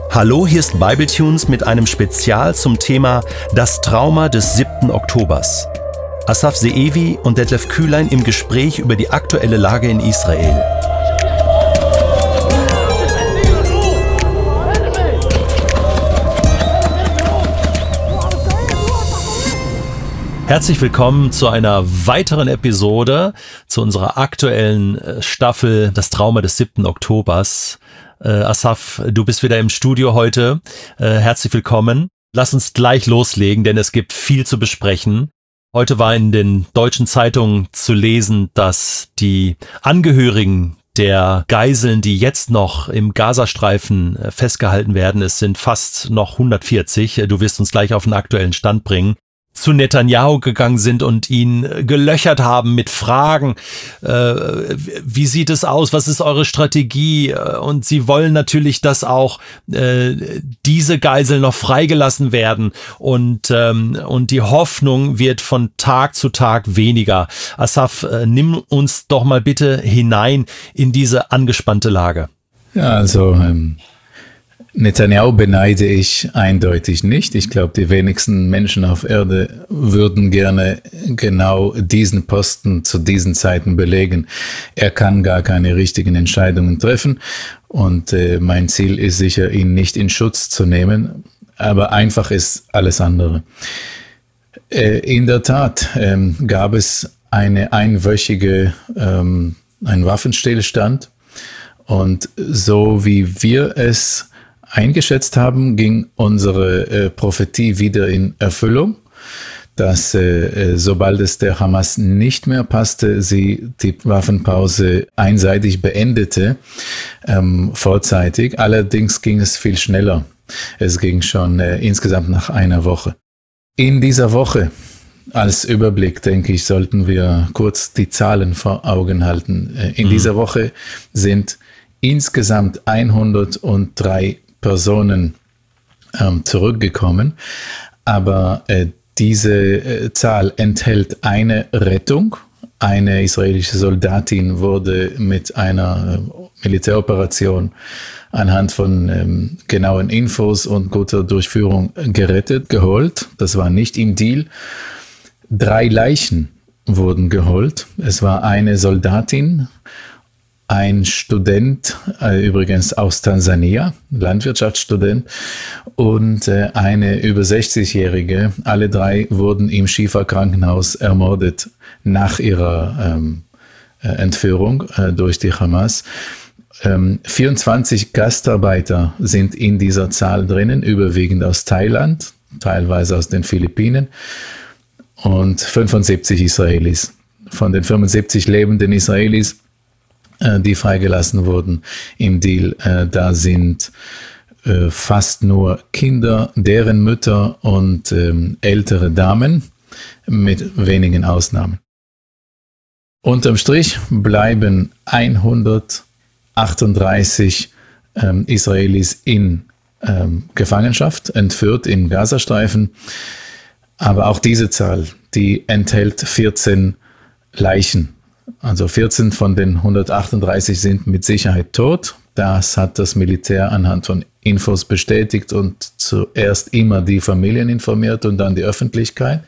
Hallo, hier ist Bibletunes mit einem Spezial zum Thema Das Trauma des 7. Oktobers. Asaf Seevi und Detlef Kühlein im Gespräch über die aktuelle Lage in Israel. Herzlich willkommen zu einer weiteren Episode, zu unserer aktuellen Staffel Das Trauma des 7. Oktobers. Asaf, du bist wieder im Studio heute. Herzlich willkommen. Lass uns gleich loslegen, denn es gibt viel zu besprechen. Heute war in den deutschen Zeitungen zu lesen, dass die Angehörigen der Geiseln, die jetzt noch im Gazastreifen festgehalten werden, es sind fast noch 140, du wirst uns gleich auf den aktuellen Stand bringen, zu Netanyahu gegangen sind und ihn gelöchert haben mit Fragen, wie sieht es aus, was ist eure Strategie? Und sie wollen natürlich, dass auch diese Geiseln noch freigelassen werden und die Hoffnung wird von Tag zu Tag weniger. Asaf, nimm uns doch mal bitte hinein in diese angespannte Lage. Ja, also Netanyahu beneide ich eindeutig nicht. Ich glaube, die wenigsten Menschen auf Erde würden gerne genau diesen Posten zu diesen Zeiten belegen. Er kann gar keine richtigen Entscheidungen treffen und mein Ziel ist sicher, ihn nicht in Schutz zu nehmen, aber einfach ist alles andere. In der Tat gab es einen Waffenstillstand und so wie wir es eingeschätzt haben, ging unsere Prophetie wieder in Erfüllung, dass sobald es der Hamas nicht mehr passte, sie die Waffenpause einseitig beendete, vorzeitig. Allerdings ging es viel schneller. Es ging schon insgesamt nach einer Woche. In dieser Woche, als Überblick, denke ich, sollten wir kurz die Zahlen vor Augen halten. In dieser Woche sind insgesamt 103 Personen zurückgekommen, aber diese Zahl enthält eine Rettung. Eine israelische Soldatin wurde mit einer Militäroperation anhand von genauen Infos und guter Durchführung geholt. Das war nicht im Deal. 3 Leichen wurden geholt. Es war eine Soldatin, ein Student, übrigens aus Tansania, Landwirtschaftsstudent, und eine über 60-Jährige. Alle 3 wurden im Shifa-Krankenhaus ermordet nach ihrer Entführung durch die Hamas. 24 Gastarbeiter sind in dieser Zahl drinnen, überwiegend aus Thailand, teilweise aus den Philippinen, und 75 Israelis. Von den 75 lebenden Israelis, die freigelassen wurden im Deal, da sind fast nur Kinder, deren Mütter und ältere Damen, mit wenigen Ausnahmen. Unterm Strich bleiben 138 Israelis in Gefangenschaft, entführt im Gazastreifen, aber auch diese Zahl, die enthält 14 Leichen. Also 14 von den 138 sind mit Sicherheit tot. Das hat das Militär anhand von Infos bestätigt und zuerst immer die Familien informiert und dann die Öffentlichkeit.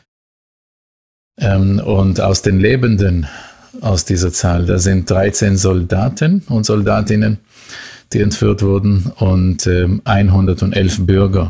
Und aus den Lebenden, aus dieser Zahl, da sind 13 Soldaten und Soldatinnen, die entführt wurden, und 111 Bürger.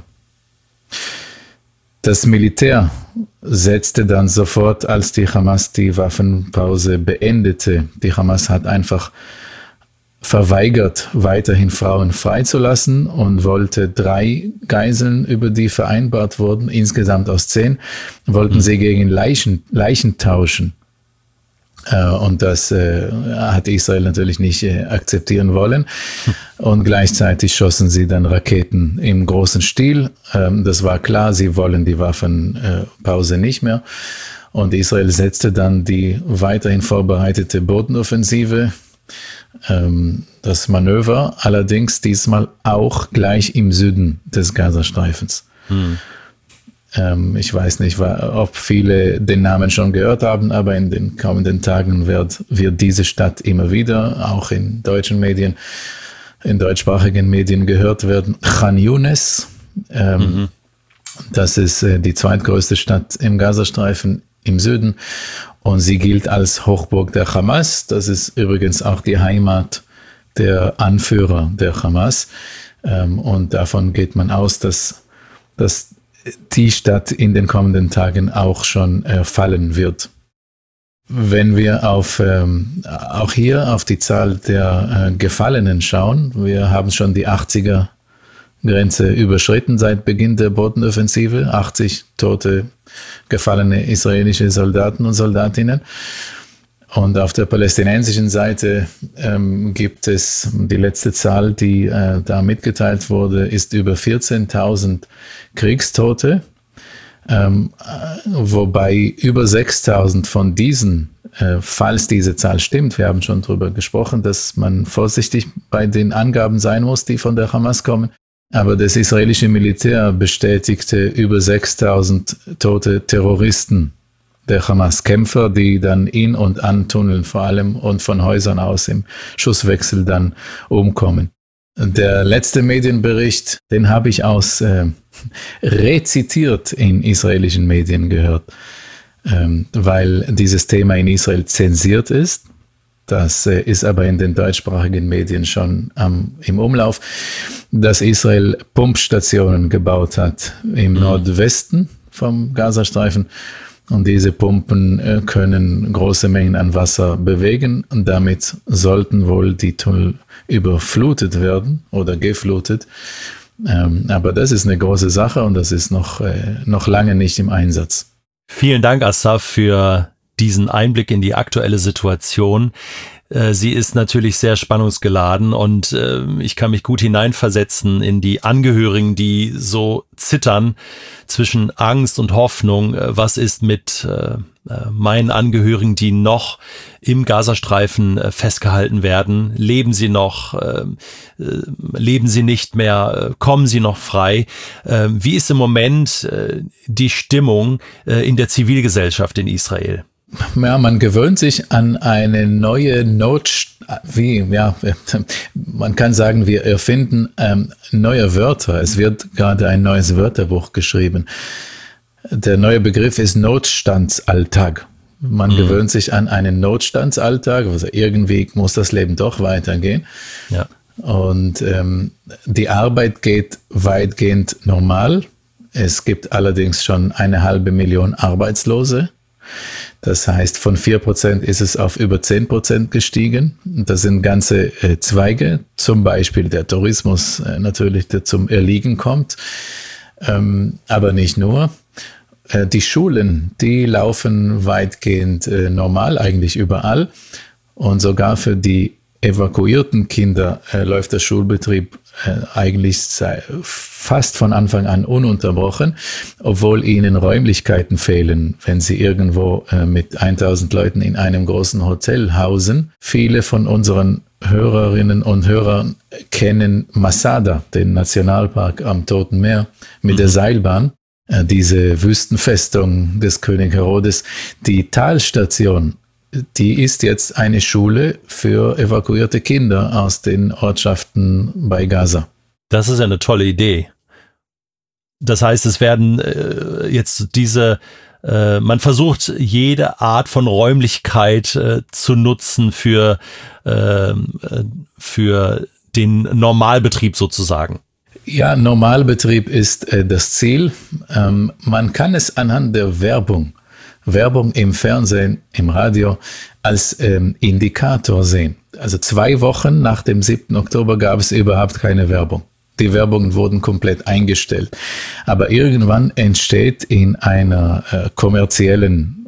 Das Militär setzte dann sofort, als die Hamas die Waffenpause beendete. Die Hamas hat einfach verweigert, weiterhin Frauen freizulassen und wollte 3 Geiseln, über die vereinbart wurden, insgesamt aus 10, wollten sie gegen Leichen tauschen. Und das hat Israel natürlich nicht akzeptieren wollen. Und gleichzeitig schossen sie dann Raketen im großen Stil. Das war klar, sie wollen die Waffenpause nicht mehr. Und Israel setzte dann die weiterhin vorbereitete Bodenoffensive, das Manöver, allerdings diesmal auch gleich im Süden des Gazastreifens. Ich weiß nicht, ob viele den Namen schon gehört haben, aber in den kommenden Tagen wird diese Stadt immer wieder, auch in deutschen Medien, in deutschsprachigen Medien gehört werden, Khan Younis. Das ist die zweitgrößte Stadt im Gazastreifen im Süden und sie gilt als Hochburg der Hamas. Das ist übrigens auch die Heimat der Anführer der Hamas. Und davon geht man aus, dass die Stadt in den kommenden Tagen auch schon fallen wird. Wenn wir auch hier auf die Zahl der Gefallenen schauen, wir haben schon die 80er Grenze überschritten seit Beginn der Bodenoffensive, 80 tote, gefallene israelische Soldaten und Soldatinnen. Und auf der palästinensischen Seite gibt es die letzte Zahl, die da mitgeteilt wurde, ist über 14.000 Kriegstote, wobei über 6.000 von diesen, falls diese Zahl stimmt, wir haben schon darüber gesprochen, dass man vorsichtig bei den Angaben sein muss, die von der Hamas kommen, aber das israelische Militär bestätigte über 6.000 tote Terroristen der Hamas-Kämpfer, die dann in und an Tunneln vor allem und von Häusern aus im Schusswechsel dann umkommen. Der letzte Medienbericht, den habe ich rezitiert in israelischen Medien gehört, weil dieses Thema in Israel zensiert ist. Das ist aber in den deutschsprachigen Medien schon im Umlauf, dass Israel Pumpstationen gebaut hat im Nordwesten vom Gazastreifen. Und diese Pumpen können große Mengen an Wasser bewegen und damit sollten wohl die Tunnel überflutet werden oder geflutet. Aber das ist eine große Sache und das ist noch lange nicht im Einsatz. Vielen Dank, Asaf, für diesen Einblick in die aktuelle Situation. Sie ist natürlich sehr spannungsgeladen und ich kann mich gut hineinversetzen in die Angehörigen, die so zittern zwischen Angst und Hoffnung. Was ist mit meinen Angehörigen, die noch im Gazastreifen festgehalten werden? Leben sie noch? Leben sie nicht mehr? Kommen sie noch frei? Wie ist im Moment die Stimmung in der Zivilgesellschaft in Israel? Ja, man gewöhnt sich an eine neue man kann sagen, wir erfinden neue Wörter. Es wird gerade ein neues Wörterbuch geschrieben. Der neue Begriff ist Notstandsalltag. Man gewöhnt sich an einen Notstandsalltag, also irgendwie muss das Leben doch weitergehen. Ja. Und die Arbeit geht weitgehend normal. Es gibt allerdings schon 500.000 Arbeitslose. Das heißt, von 4% ist es auf über 10% gestiegen. Das sind ganze Zweige, zum Beispiel der Tourismus natürlich, der zum Erliegen kommt, aber nicht nur. Die Schulen, die laufen weitgehend normal, eigentlich überall. Und sogar für die evakuierten Kinder läuft der Schulbetrieb eigentlich fast von Anfang an ununterbrochen, obwohl ihnen Räumlichkeiten fehlen, wenn sie irgendwo mit 1000 Leuten in einem großen Hotel hausen. Viele von unseren Hörerinnen und Hörern kennen Masada, den Nationalpark am Toten Meer mit der Seilbahn. Diese Wüstenfestung des König Herodes, die Talstation, die ist jetzt eine Schule für evakuierte Kinder aus den Ortschaften bei Gaza. Das ist eine tolle Idee. Das heißt, es werden jetzt man versucht, jede Art von Räumlichkeit zu nutzen für den Normalbetrieb sozusagen. Ja, Normalbetrieb ist das Ziel. Man kann es anhand der Werbung im Fernsehen, im Radio als Indikator sehen. Also 2 Wochen nach dem 7. Oktober gab es überhaupt keine Werbung. Die Werbungen wurden komplett eingestellt. Aber irgendwann entsteht bei einem kommerziellen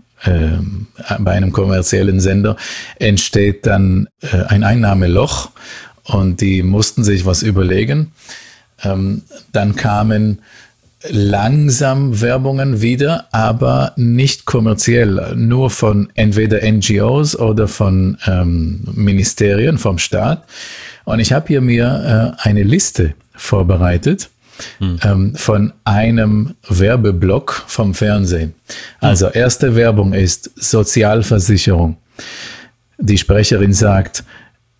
Sender entsteht dann ein Einnahmeloch und die mussten sich was überlegen. Dann kamen langsam Werbungen wieder, aber nicht kommerziell, nur von entweder NGOs oder von Ministerien, vom Staat. Und ich habe hier mir eine Liste vorbereitet von einem Werbeblock vom Fernsehen. Also erste Werbung ist Sozialversicherung. Die Sprecherin sagt,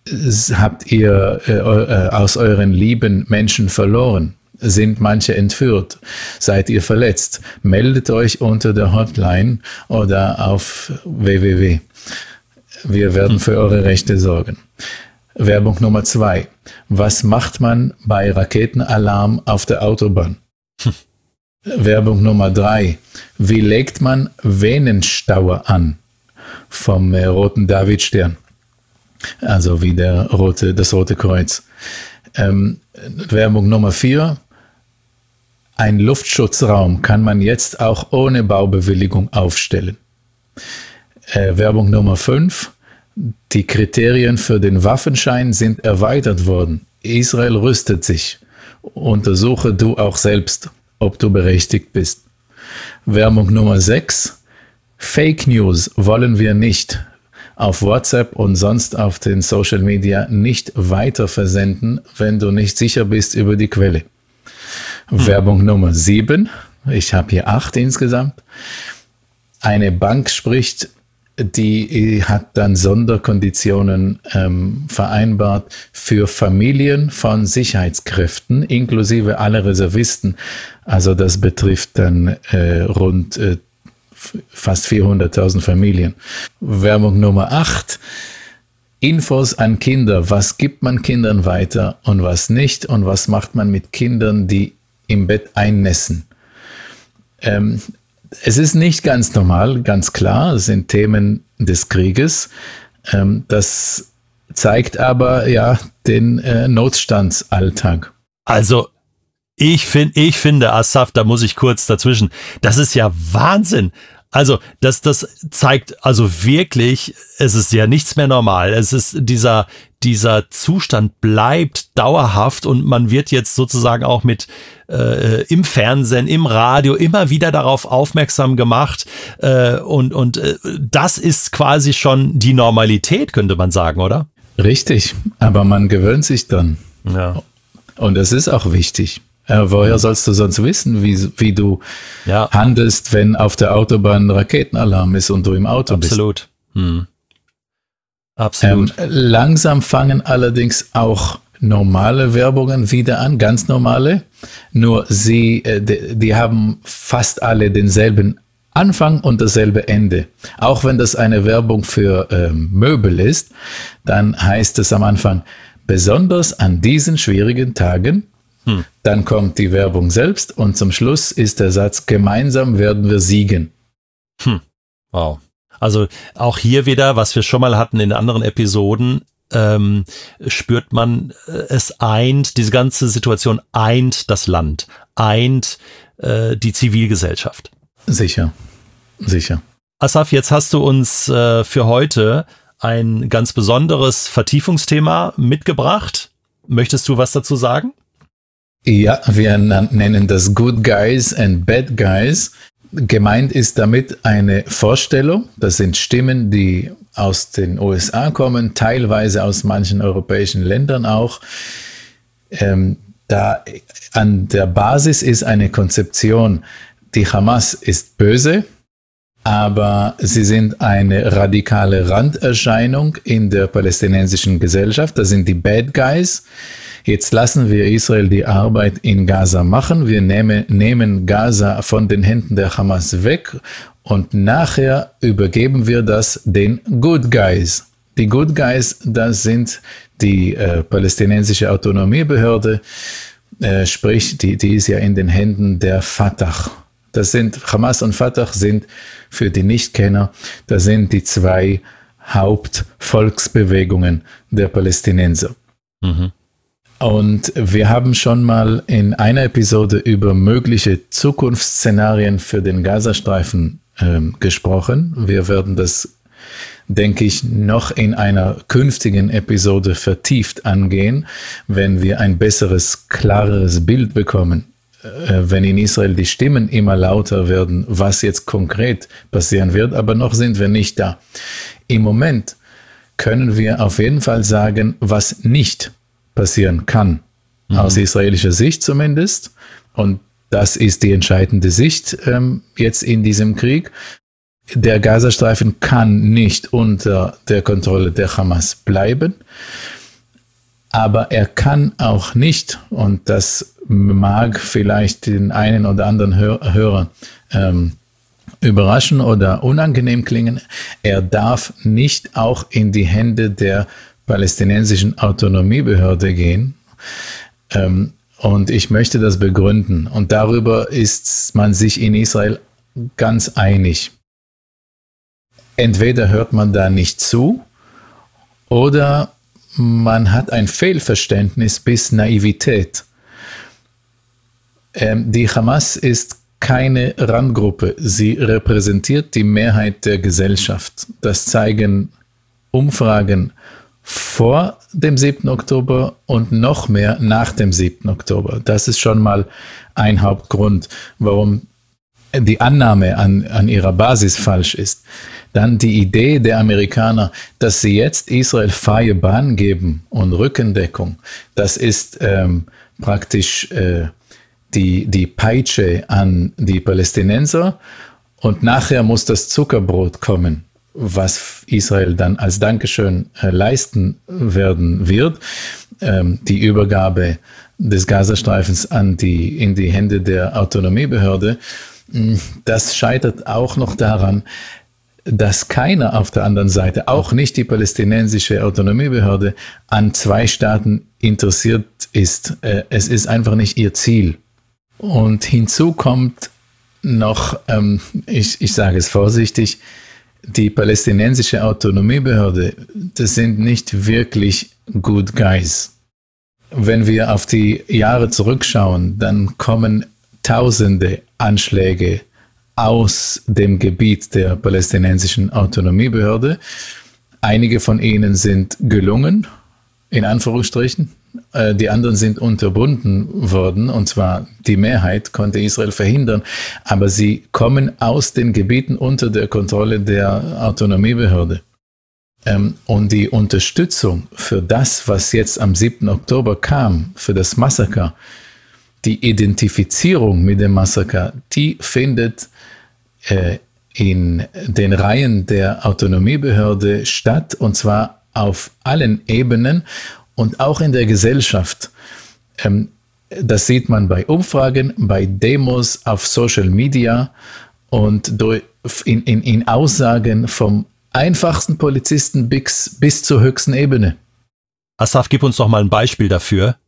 Habt ihr aus euren lieben Menschen verloren? Sind manche entführt? Seid ihr verletzt? Meldet euch unter der Hotline oder auf www. Wir werden für eure Rechte sorgen. Werbung Nummer 2. Was macht man bei Raketenalarm auf der Autobahn? Werbung Nummer 3. Wie legt man Venenstauer an? Vom roten Davidstern. Also wie das Rote Kreuz. Werbung Nummer 4. Ein Luftschutzraum kann man jetzt auch ohne Baubewilligung aufstellen. Werbung Nummer 5. Die Kriterien für den Waffenschein sind erweitert worden. Israel rüstet sich. Untersuche du auch selbst, ob du berechtigt bist. Werbung Nummer 6. Fake News wollen wir nicht auf WhatsApp und sonst auf den Social Media nicht weiter versenden, wenn du nicht sicher bist über die Quelle. Werbung Nummer 7. Ich habe hier 8 insgesamt. Eine Bank spricht, die hat dann Sonderkonditionen vereinbart für Familien von Sicherheitskräften, inklusive alle Reservisten. Also das betrifft dann rund fast 400.000 Familien. Werbung Nummer 8. Infos an Kinder. Was gibt man Kindern weiter und was nicht? Und was macht man mit Kindern, die im Bett einnässen? Es ist nicht ganz normal, ganz klar. Es sind Themen des Krieges. Das zeigt aber ja den Notstandsalltag. Also ich finde, Asaf, da muss ich kurz dazwischen, das ist ja Wahnsinn. Also das zeigt also wirklich, es ist ja nichts mehr normal. Es ist dieser Zustand bleibt dauerhaft und man wird jetzt sozusagen auch mit im Fernsehen, im Radio immer wieder darauf aufmerksam gemacht und das ist quasi schon die Normalität, könnte man sagen, oder? Richtig, aber man gewöhnt sich dann. Ja. Und das ist auch wichtig. Woher sollst du sonst wissen, wie du handelst, wenn auf der Autobahn ein Raketenalarm ist und du im Auto bist? Absolut. Absolut. Langsam fangen allerdings auch normale Werbungen wieder an, ganz normale. Nur die haben fast alle denselben Anfang und dasselbe Ende. Auch wenn das eine Werbung für Möbel ist, dann heißt es am Anfang, besonders an diesen schwierigen Tagen. Dann kommt die Werbung selbst und zum Schluss ist der Satz, gemeinsam werden wir siegen. Wow. Also auch hier wieder, was wir schon mal hatten in anderen Episoden, spürt man, es eint, diese ganze Situation eint das Land, eint die Zivilgesellschaft. Sicher. Asaf, jetzt hast du uns für heute ein ganz besonderes Vertiefungsthema mitgebracht. Möchtest du was dazu sagen? Ja, wir nennen das Good Guys and Bad Guys. Gemeint ist damit eine Vorstellung, das sind Stimmen, die aus den USA kommen, teilweise aus manchen europäischen Ländern auch. Da an der Basis ist eine Konzeption, die Hamas ist böse, aber sie sind eine radikale Randerscheinung in der palästinensischen Gesellschaft, das sind die Bad Guys. Jetzt lassen wir Israel die Arbeit in Gaza machen. Wir nehmen Gaza von den Händen der Hamas weg und nachher übergeben wir das den Good Guys. Die Good Guys, das sind die palästinensische Autonomiebehörde, sprich, die ist ja in den Händen der Fatah. Das sind, Hamas und Fatah sind für die Nichtkenner, das sind die zwei Hauptvolksbewegungen der Palästinenser. Und wir haben schon mal in einer Episode über mögliche Zukunftsszenarien für den Gazastreifen gesprochen. Wir werden das, denke ich, noch in einer künftigen Episode vertieft angehen, wenn wir ein besseres, klareres Bild bekommen. Wenn in Israel die Stimmen immer lauter werden, was jetzt konkret passieren wird, aber noch sind wir nicht da. Im Moment können wir auf jeden Fall sagen, was nicht passieren kann, aus israelischer Sicht zumindest. Und das ist die entscheidende Sicht jetzt in diesem Krieg. Der Gazastreifen kann nicht unter der Kontrolle der Hamas bleiben. Aber er kann auch nicht, und das mag vielleicht den einen oder anderen Hörer überraschen oder unangenehm klingen, er darf nicht auch in die Hände der palästinensischen Autonomiebehörde gehen. Und ich möchte das begründen. Und darüber ist man sich in Israel ganz einig. Entweder hört man da nicht zu oder man hat ein Fehlverständnis bis Naivität. Die Hamas ist keine Randgruppe. Sie repräsentiert die Mehrheit der Gesellschaft. Das zeigen Umfragen vor dem 7. Oktober und noch mehr nach dem 7. Oktober. Das ist schon mal ein Hauptgrund, warum die Annahme an ihrer Basis falsch ist. Dann die Idee der Amerikaner, dass sie jetzt Israel freie Bahn geben und Rückendeckung. Das ist praktisch die Peitsche an die Palästinenser und nachher muss das Zuckerbrot kommen, was Israel dann als Dankeschön leisten werden wird. Die Übergabe des Gazastreifens in die Hände der Autonomiebehörde. Das scheitert auch noch daran, dass keiner auf der anderen Seite, auch nicht die palästinensische Autonomiebehörde, an 2 Staaten interessiert ist. Es ist einfach nicht ihr Ziel. Und hinzu kommt noch, ich sage es vorsichtig, die palästinensische Autonomiebehörde, das sind nicht wirklich good guys. Wenn wir auf die Jahre zurückschauen, dann kommen Tausende Anschläge aus dem Gebiet der palästinensischen Autonomiebehörde. Einige von ihnen sind gelungen, in Anführungsstrichen. Die anderen sind unterbunden worden, und zwar die Mehrheit konnte Israel verhindern, aber sie kommen aus den Gebieten unter der Kontrolle der Autonomiebehörde. Und die Unterstützung für das, was jetzt am 7. Oktober kam, für das Massaker, die Identifizierung mit dem Massaker, die findet in den Reihen der Autonomiebehörde statt, und zwar auf allen Ebenen und auch in der Gesellschaft. Das sieht man bei Umfragen, bei Demos auf Social Media und in Aussagen vom einfachsten Polizisten bis zur höchsten Ebene. Asaf, gib uns doch mal ein Beispiel dafür.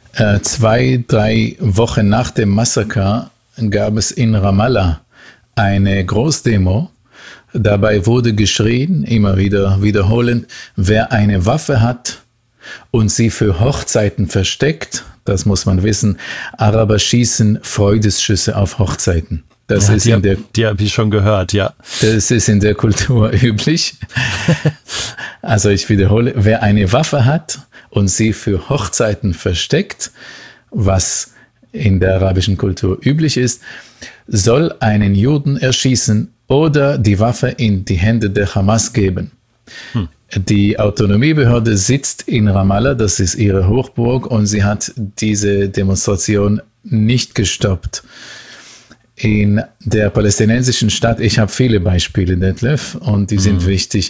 2-3 Wochen nach dem Massaker gab es in Ramallah eine Großdemo. Dabei wurde geschrien, immer wieder wiederholend, wer eine Waffe hat und sie für Hochzeiten versteckt, das muss man wissen, Araber schießen Freudesschüsse auf Hochzeiten. Das ist die habe ich schon gehört, ja. Das ist in der Kultur üblich. Also ich wiederhole, wer eine Waffe hat und sie für Hochzeiten versteckt, was in der arabischen Kultur üblich ist, soll einen Juden erschießen oder die Waffe in die Hände der Hamas geben. Die Autonomiebehörde sitzt in Ramallah, das ist ihre Hochburg, und sie hat diese Demonstration nicht gestoppt. In der palästinensischen Stadt, ich habe viele Beispiele, Detlef, und die sind wichtig.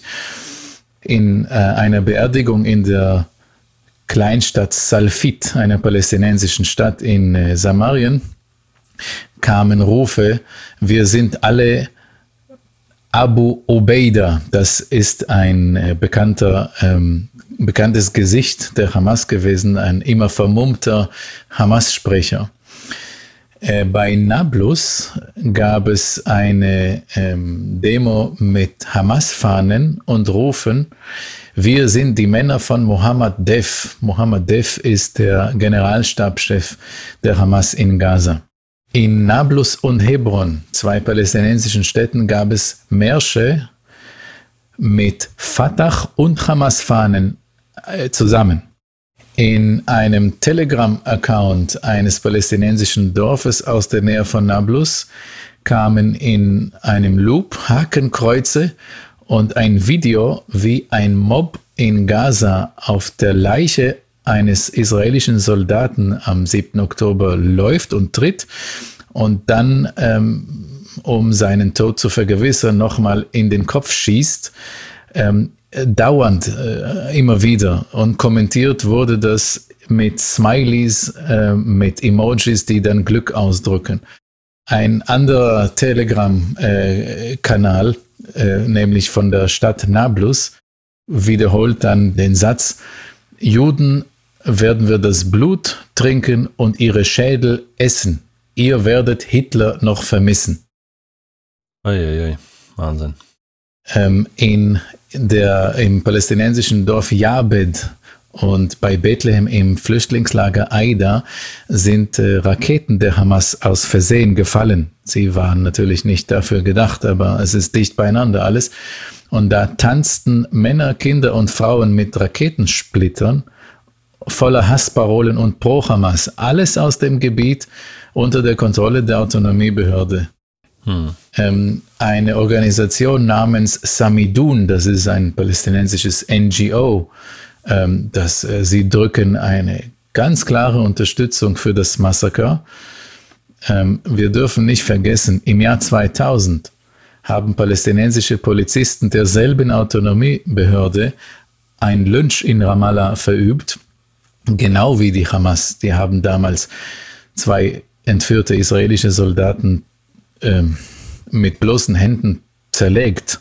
In einer Beerdigung in der Kleinstadt Salfit, einer palästinensischen Stadt in Samarien, kamen Rufe, wir sind alle Abu Obeida, das ist ein bekanntes Gesicht der Hamas gewesen, ein immer vermummter Hamas-Sprecher. Bei Nablus gab es eine Demo mit Hamas-Fahnen und Rufen, wir sind die Männer von Mohammed Def. Mohammed Def ist der Generalstabschef der Hamas in Gaza. In Nablus und Hebron, 2 palästinensischen Städten, gab es Märsche mit Fatah und Hamas-Fahnen zusammen. In einem Telegram-Account eines palästinensischen Dorfes aus der Nähe von Nablus kamen in einem Loop Hakenkreuze und ein Video, wie ein Mob in Gaza auf der Leiche eines israelischen Soldaten am 7. Oktober läuft und tritt und dann, um seinen Tod zu vergewissern, nochmal in den Kopf schießt. dauernd, immer wieder. Und kommentiert wurde das mit Smileys, mit Emojis, die dann Glück ausdrücken. Ein anderer Telegram-Kanal, nämlich von der Stadt Nablus, wiederholt dann den Satz: Juden werden wir das Blut trinken und ihre Schädel essen. Ihr werdet Hitler noch vermissen. Uiuiui, Wahnsinn. Im palästinensischen Dorf Yabed und bei Bethlehem im Flüchtlingslager Aida sind Raketen der Hamas aus Versehen gefallen. Sie waren natürlich nicht dafür gedacht, aber es ist dicht beieinander alles. Und da tanzten Männer, Kinder und Frauen mit Raketensplittern voller Hassparolen und Pro-Hamas. Alles aus dem Gebiet unter der Kontrolle der Autonomiebehörde. Eine Organisation namens Samidun, das ist ein palästinensisches NGO, sie drücken eine ganz klare Unterstützung für das Massaker. Wir dürfen nicht vergessen, im Jahr 2000 haben palästinensische Polizisten derselben Autonomiebehörde ein Lynch in Ramallah verübt, genau wie die Hamas. Die haben damals 2 entführte israelische Soldaten mit bloßen Händen zerlegt.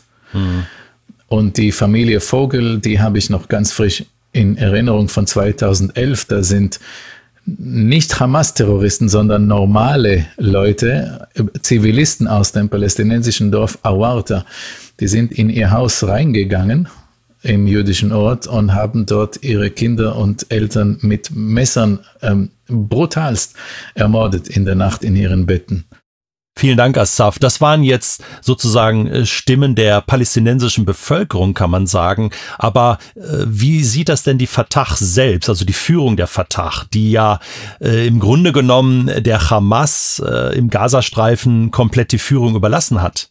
Und die Familie Vogel, die habe ich noch ganz frisch in Erinnerung von 2011, da sind nicht Hamas-Terroristen, sondern normale Leute, Zivilisten aus dem palästinensischen Dorf Awarta, die sind in ihr Haus reingegangen im jüdischen Ort und haben dort ihre Kinder und Eltern mit Messern brutalst ermordet in der Nacht in ihren Betten. Vielen Dank, Assaf. Das waren jetzt sozusagen Stimmen der palästinensischen Bevölkerung, kann man sagen. Aber wie sieht das denn die Fatah selbst, also die Führung der Fatah, die ja im Grunde genommen der Hamas im Gazastreifen komplett die Führung überlassen hat?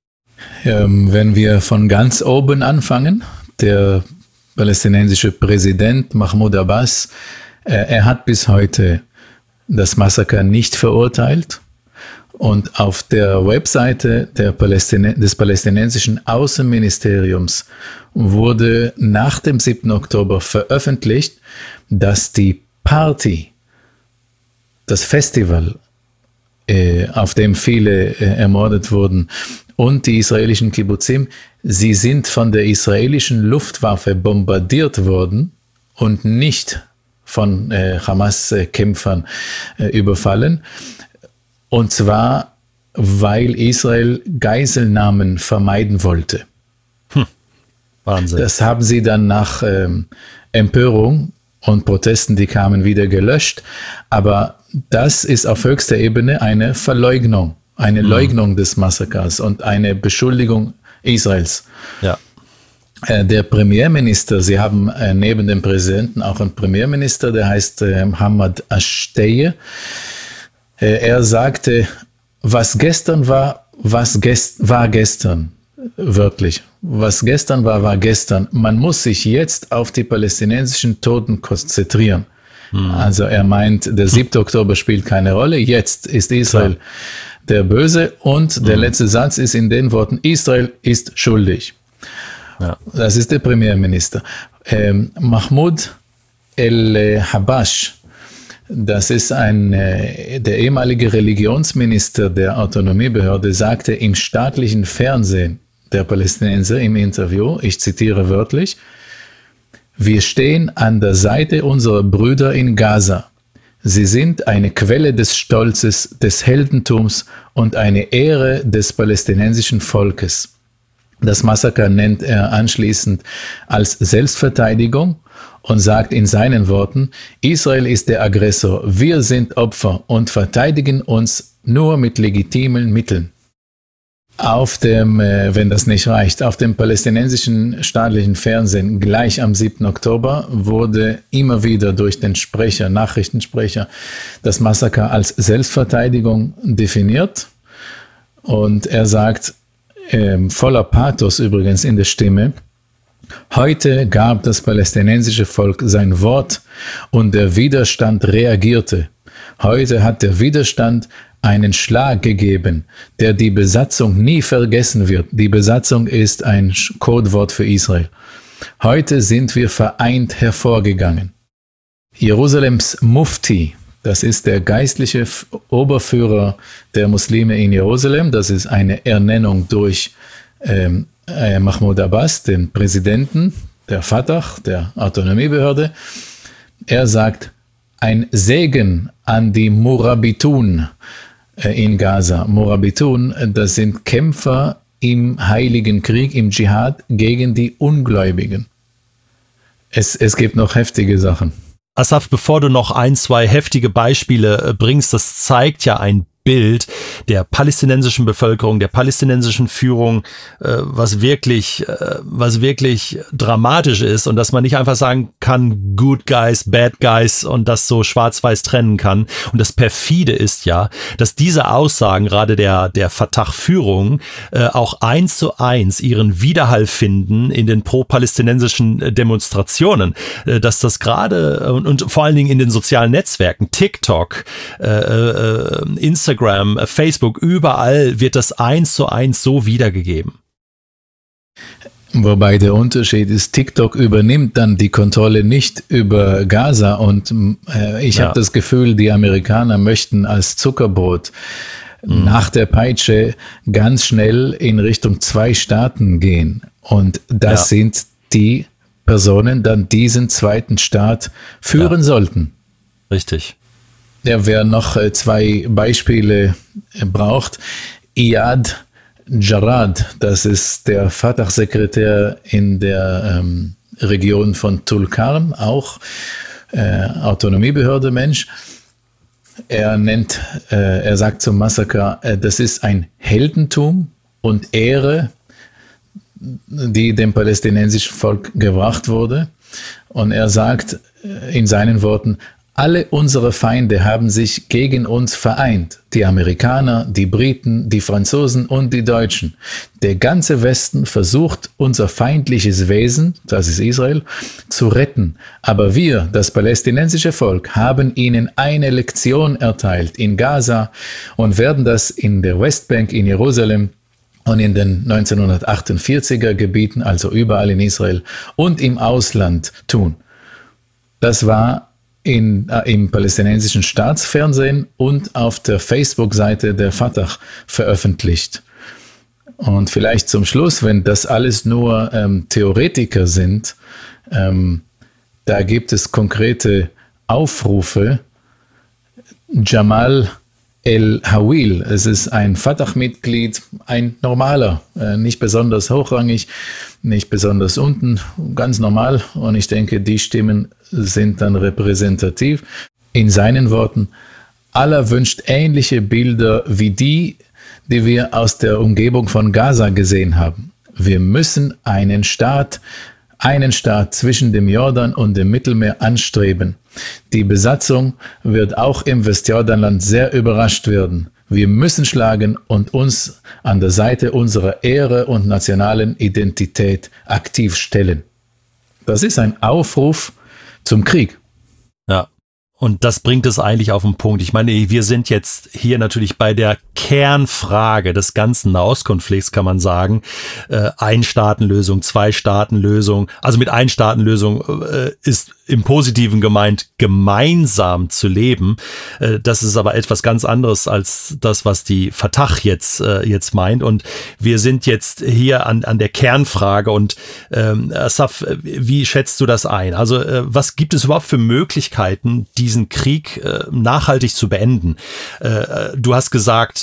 Wenn wir von ganz oben anfangen, der palästinensische Präsident Mahmoud Abbas, er hat bis heute das Massaker nicht verurteilt. Und auf der Webseite des palästinensischen Außenministeriums wurde nach dem 7. Oktober veröffentlicht, dass die Party, das Festival, auf dem viele ermordet wurden, und die israelischen Kibbutzim, sie sind von der israelischen Luftwaffe bombardiert worden und nicht von Hamas-Kämpfern überfallen. Und zwar, weil Israel Geiselnahmen vermeiden wollte. Wahnsinn. Das haben sie dann nach Empörung und Protesten, die kamen, wieder gelöscht. Aber das ist auf höchster Ebene eine Verleugnung, eine Leugnung des Massakers und eine Beschuldigung Israels. Ja. Der Premierminister, sie haben neben dem Präsidenten auch einen Premierminister, der heißt Hamad Ashteye. Er sagte, was gestern war, war gestern. Wörtlich. Was gestern war, war gestern. Man muss sich jetzt auf die palästinensischen Toten konzentrieren. Also er meint, der 7. Oktober spielt keine Rolle. Jetzt ist Israel der Böse. Und der letzte Satz ist in den Worten, Israel ist schuldig. Ja. Das ist der Premierminister. Mahmoud El-Habash, das ist der ehemalige Religionsminister der Autonomiebehörde, sagte im staatlichen Fernsehen der Palästinenser im Interview, ich zitiere wörtlich, wir stehen an der Seite unserer Brüder in Gaza. Sie sind eine Quelle des Stolzes, des Heldentums und eine Ehre des palästinensischen Volkes. Das Massaker nennt er anschließend als Selbstverteidigung und sagt in seinen Worten, Israel ist der Aggressor, wir sind Opfer und verteidigen uns nur mit legitimen Mitteln. Wenn das nicht reicht, auf dem palästinensischen staatlichen Fernsehen gleich am 7. Oktober wurde immer wieder durch den Nachrichtensprecher, das Massaker als Selbstverteidigung definiert. Und er sagt, voller Pathos übrigens in der Stimme, heute gab das palästinensische Volk sein Wort und der Widerstand reagierte. Heute hat der Widerstand einen Schlag gegeben, der die Besatzung nie vergessen wird. Die Besatzung ist ein Codewort für Israel. Heute sind wir vereint hervorgegangen. Jerusalems Mufti, das ist der geistliche Oberführer der Muslime in Jerusalem. Das ist eine Ernennung durch Mahmoud Abbas, den Präsidenten der Fatah, der Autonomiebehörde. Er sagt, ein Segen an die Murabitun in Gaza. Murabitun, das sind Kämpfer im Heiligen Krieg, im Dschihad gegen die Ungläubigen. Es gibt noch heftige Sachen. Asaf, bevor du noch 1, 2 heftige Beispiele bringst, das zeigt ja ein Bild der palästinensischen Bevölkerung, der palästinensischen Führung, was wirklich dramatisch ist und dass man nicht einfach sagen kann, good guys, bad guys und das so schwarz-weiß trennen kann. Und das perfide ist ja, dass diese Aussagen gerade der Fatah-Führung auch 1:1 ihren Widerhall finden in den pro-palästinensischen Demonstrationen, dass das gerade und vor allen Dingen in den sozialen Netzwerken, TikTok, Instagram, Facebook, überall wird das 1:1 so wiedergegeben. Wobei der Unterschied ist, TikTok übernimmt dann die Kontrolle nicht über Gaza und ich habe das Gefühl, die Amerikaner möchten als Zuckerbrot nach der Peitsche ganz schnell in Richtung 2 Staaten gehen. Und das sind die Personen, dann diesen zweiten Staat führen sollten. Richtig. Ja, wer noch 2 Beispiele braucht, Iyad Jarrad, das ist der Fatah-Sekretär in der Region von Tulkarm, auch Autonomiebehörde Mensch. Er sagt zum Massaker, das ist ein Heldentum und Ehre, die dem palästinensischen Volk gebracht wurde. Und er sagt in seinen Worten, alle unsere Feinde haben sich gegen uns vereint. Die Amerikaner, die Briten, die Franzosen und die Deutschen. Der ganze Westen versucht, unser feindliches Wesen, das ist Israel, zu retten. Aber wir, das palästinensische Volk, haben ihnen eine Lektion erteilt in Gaza und werden das in der Westbank in Jerusalem und in den 1948er Gebieten, also überall in Israel und im Ausland tun. Das war im palästinensischen Staatsfernsehen und auf der Facebook-Seite der Fatah veröffentlicht. Und vielleicht zum Schluss, wenn das alles nur Theoretiker sind, da gibt es konkrete Aufrufe. Jamal El-Hawil, es ist ein Fatah-Mitglied, ein normaler, nicht besonders hochrangig, nicht besonders unten, ganz normal. Und ich denke, die Stimmen sind dann repräsentativ. In seinen Worten, Allah wünscht ähnliche Bilder wie die wir aus der Umgebung von Gaza gesehen haben. Wir müssen einen Staat zwischen dem Jordan und dem Mittelmeer anstreben. Die Besatzung wird auch im Westjordanland sehr überrascht werden. Wir müssen schlagen und uns an der Seite unserer Ehre und nationalen Identität aktiv stellen. Das ist ein Aufruf zum Krieg. Ja. Und das bringt es eigentlich auf den Punkt. Ich meine, wir sind jetzt hier natürlich bei der Kernfrage des ganzen Nahostkonflikts, kann man sagen. Ein-Staaten-Lösung, Zwei-Staaten-Lösung. Also mit Ein-Staaten-Lösung ist im Positiven gemeint, gemeinsam zu leben. Das ist aber etwas ganz anderes als das, was die Fatah jetzt meint. Und wir sind jetzt hier an der Kernfrage. Und Asaf, wie schätzt du das ein? Also was gibt es überhaupt für Möglichkeiten, diesen Krieg nachhaltig zu beenden? Du hast gesagt,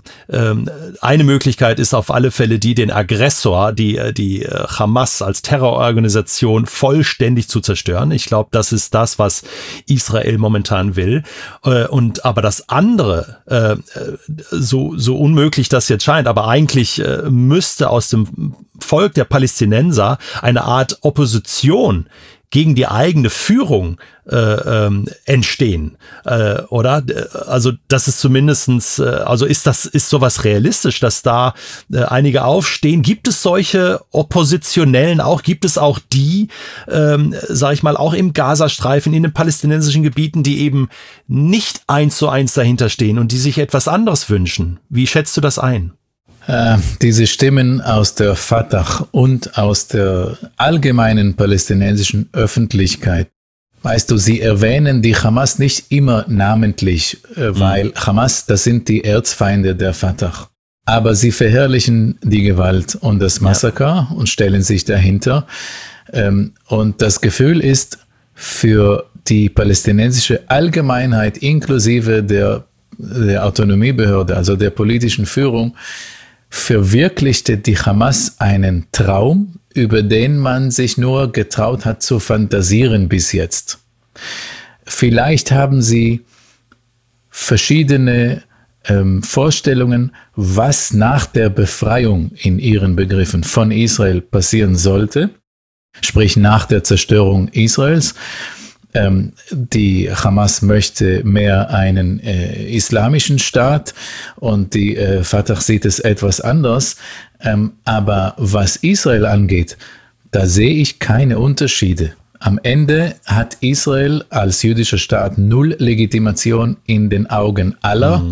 eine Möglichkeit ist auf alle Fälle die, den Aggressor, die Hamas als Terrororganisation vollständig zu zerstören. Ich glaube, das ist das, was Israel momentan will. Aber das andere, so unmöglich das jetzt scheint, aber eigentlich müsste aus dem Volk der Palästinenser eine Art Opposition gegen die eigene Führung entstehen, oder? Also das ist zumindestens, also ist sowas realistisch, dass da einige aufstehen? Gibt es solche Oppositionellen auch? Gibt es auch die, sag ich mal, auch im Gazastreifen, in den palästinensischen Gebieten, die eben nicht 1:1 dahinter stehen und die sich etwas anderes wünschen? Wie schätzt du das ein? Diese Stimmen aus der Fatah und aus der allgemeinen palästinensischen Öffentlichkeit, weißt du, sie erwähnen die Hamas nicht immer namentlich, weil Hamas, das sind die Erzfeinde der Fatah. Aber sie verherrlichen die Gewalt und das Massaker und stellen sich dahinter. Und das Gefühl ist für die palästinensische Allgemeinheit inklusive der Autonomiebehörde, also der politischen Führung, verwirklichte die Hamas einen Traum, über den man sich nur getraut hat zu fantasieren bis jetzt. Vielleicht haben sie verschiedene Vorstellungen, was nach der Befreiung in ihren Begriffen von Israel passieren sollte, sprich nach der Zerstörung Israels. Die Hamas möchte mehr einen islamischen Staat und die Fatah sieht es etwas anders. Aber was Israel angeht, da sehe ich keine Unterschiede. Am Ende hat Israel als jüdischer Staat null Legitimation in den Augen aller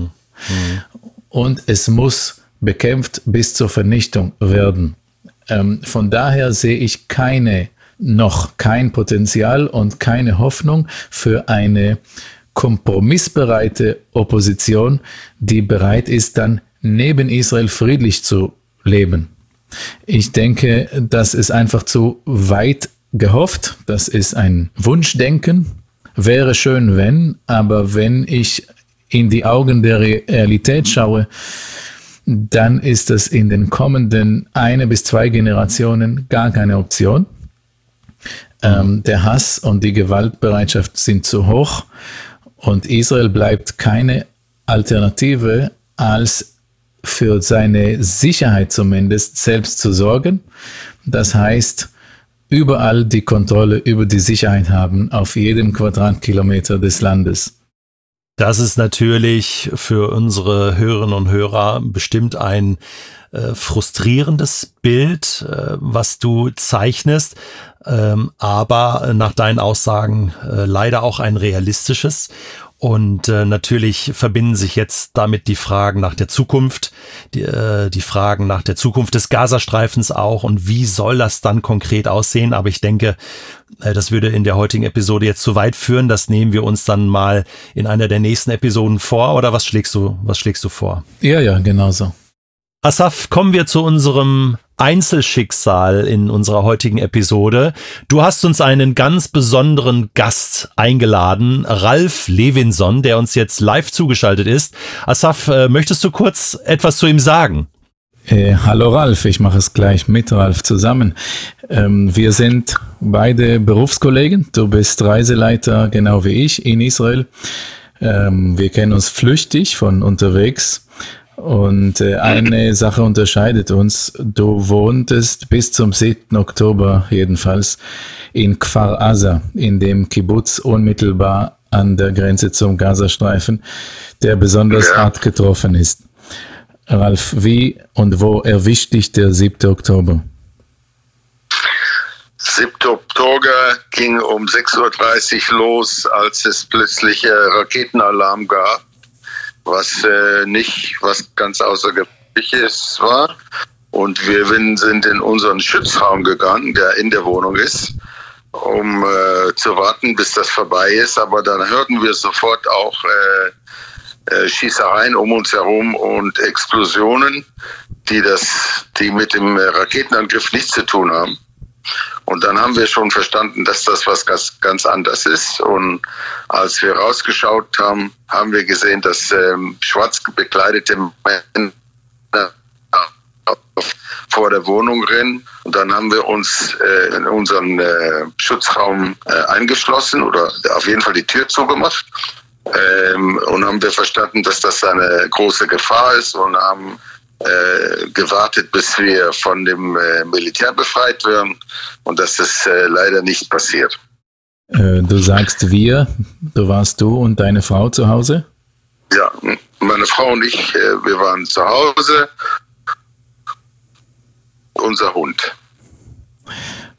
und es muss bekämpft bis zur Vernichtung werden. Von daher sehe ich noch kein Potenzial und keine Hoffnung für eine kompromissbereite Opposition, die bereit ist, dann neben Israel friedlich zu leben. Ich denke, das ist einfach zu weit gehofft. Das ist ein Wunschdenken. Wäre schön, wenn, aber wenn ich in die Augen der Realität schaue, dann ist das in den kommenden 1 bis 2 Generationen gar keine Option. Der Hass und die Gewaltbereitschaft sind zu hoch und Israel bleibt keine Alternative, als für seine Sicherheit zumindest selbst zu sorgen. Das heißt, überall die Kontrolle über die Sicherheit haben auf jedem Quadratkilometer des Landes. Das ist natürlich für unsere Hörerinnen und Hörer bestimmt ein frustrierendes Bild, was du zeichnest, aber nach deinen Aussagen leider auch ein realistisches. Und natürlich verbinden sich jetzt damit die Fragen nach der Zukunft, die Fragen nach der Zukunft des Gazastreifens auch und wie soll das dann konkret aussehen. Aber ich denke, das würde in der heutigen Episode jetzt zu weit führen. Das nehmen wir uns dann mal in einer der nächsten Episoden vor. Oder was schlägst du vor? Ja, genau so. Asaf, kommen wir zu unserem Einzelschicksal in unserer heutigen Episode. Du hast uns einen ganz besonderen Gast eingeladen, Ralf Levinson, der uns jetzt live zugeschaltet ist. Asaf, möchtest du kurz etwas zu ihm sagen? Hallo Ralf, ich mache es gleich mit Ralf zusammen. Wir sind beide Berufskollegen. Du bist Reiseleiter, genau wie ich, in Israel. Wir kennen uns flüchtig von unterwegs. Und eine Sache unterscheidet uns. Du wohntest bis zum 7. Oktober jedenfalls in Kfar Aza, in dem Kibbutz unmittelbar an der Grenze zum Gazastreifen, der besonders hart getroffen ist. Ralf, wie und wo erwischt dich der 7. Oktober? 7. Oktober ging um 6.30 Uhr los, als es plötzlich Raketenalarm gab. Was nicht was ganz Außergewöhnliches war. Und wir sind in unseren Schutzraum gegangen, der in der Wohnung ist, um zu warten, bis das vorbei ist. Aber dann hörten wir sofort auch Schießereien um uns herum und Explosionen, die mit dem Raketenangriff nichts zu tun haben. Und dann haben wir schon verstanden, dass das was ganz anderes ist. Und als wir rausgeschaut haben, haben wir gesehen, dass schwarz bekleidete Männer vor der Wohnung rennen. Und dann haben wir uns in unseren Schutzraum eingeschlossen oder auf jeden Fall die Tür zugemacht. Und haben wir verstanden, dass das eine große Gefahr ist und haben gewartet, bis wir von dem Militär befreit werden, und das ist leider nicht passiert. Du sagst wir, warst du und deine Frau zu Hause? Ja, meine Frau und ich, wir waren zu Hause. Unser Hund.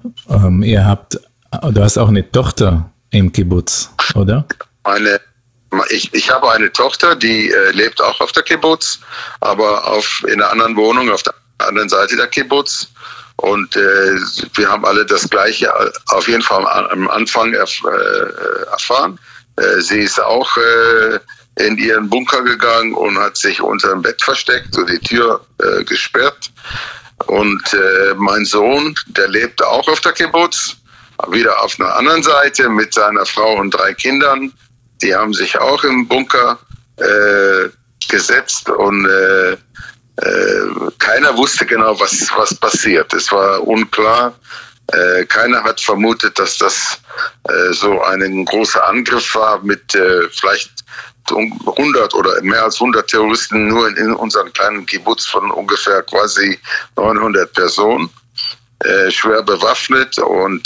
Du hast auch eine Tochter im Kibbutz, oder? Ich habe eine Tochter, die lebt auch auf der Kibbutz, aber in einer anderen Wohnung auf der anderen Seite der Kibbutz. Und wir haben alle das Gleiche auf jeden Fall am Anfang erfahren. Sie ist auch in ihren Bunker gegangen und hat sich unter dem Bett versteckt und die Tür gesperrt. Und mein Sohn, der lebt auch auf der Kibbutz, wieder auf einer anderen Seite mit seiner Frau und 3 Kindern. Die haben sich auch im Bunker gesetzt und keiner wusste genau, was passiert. Es war unklar. Keiner hat vermutet, dass das so ein großer Angriff war mit vielleicht 100 oder mehr als 100 Terroristen nur in unserem kleinen Kibbutz von ungefähr quasi 900 Personen, schwer bewaffnet und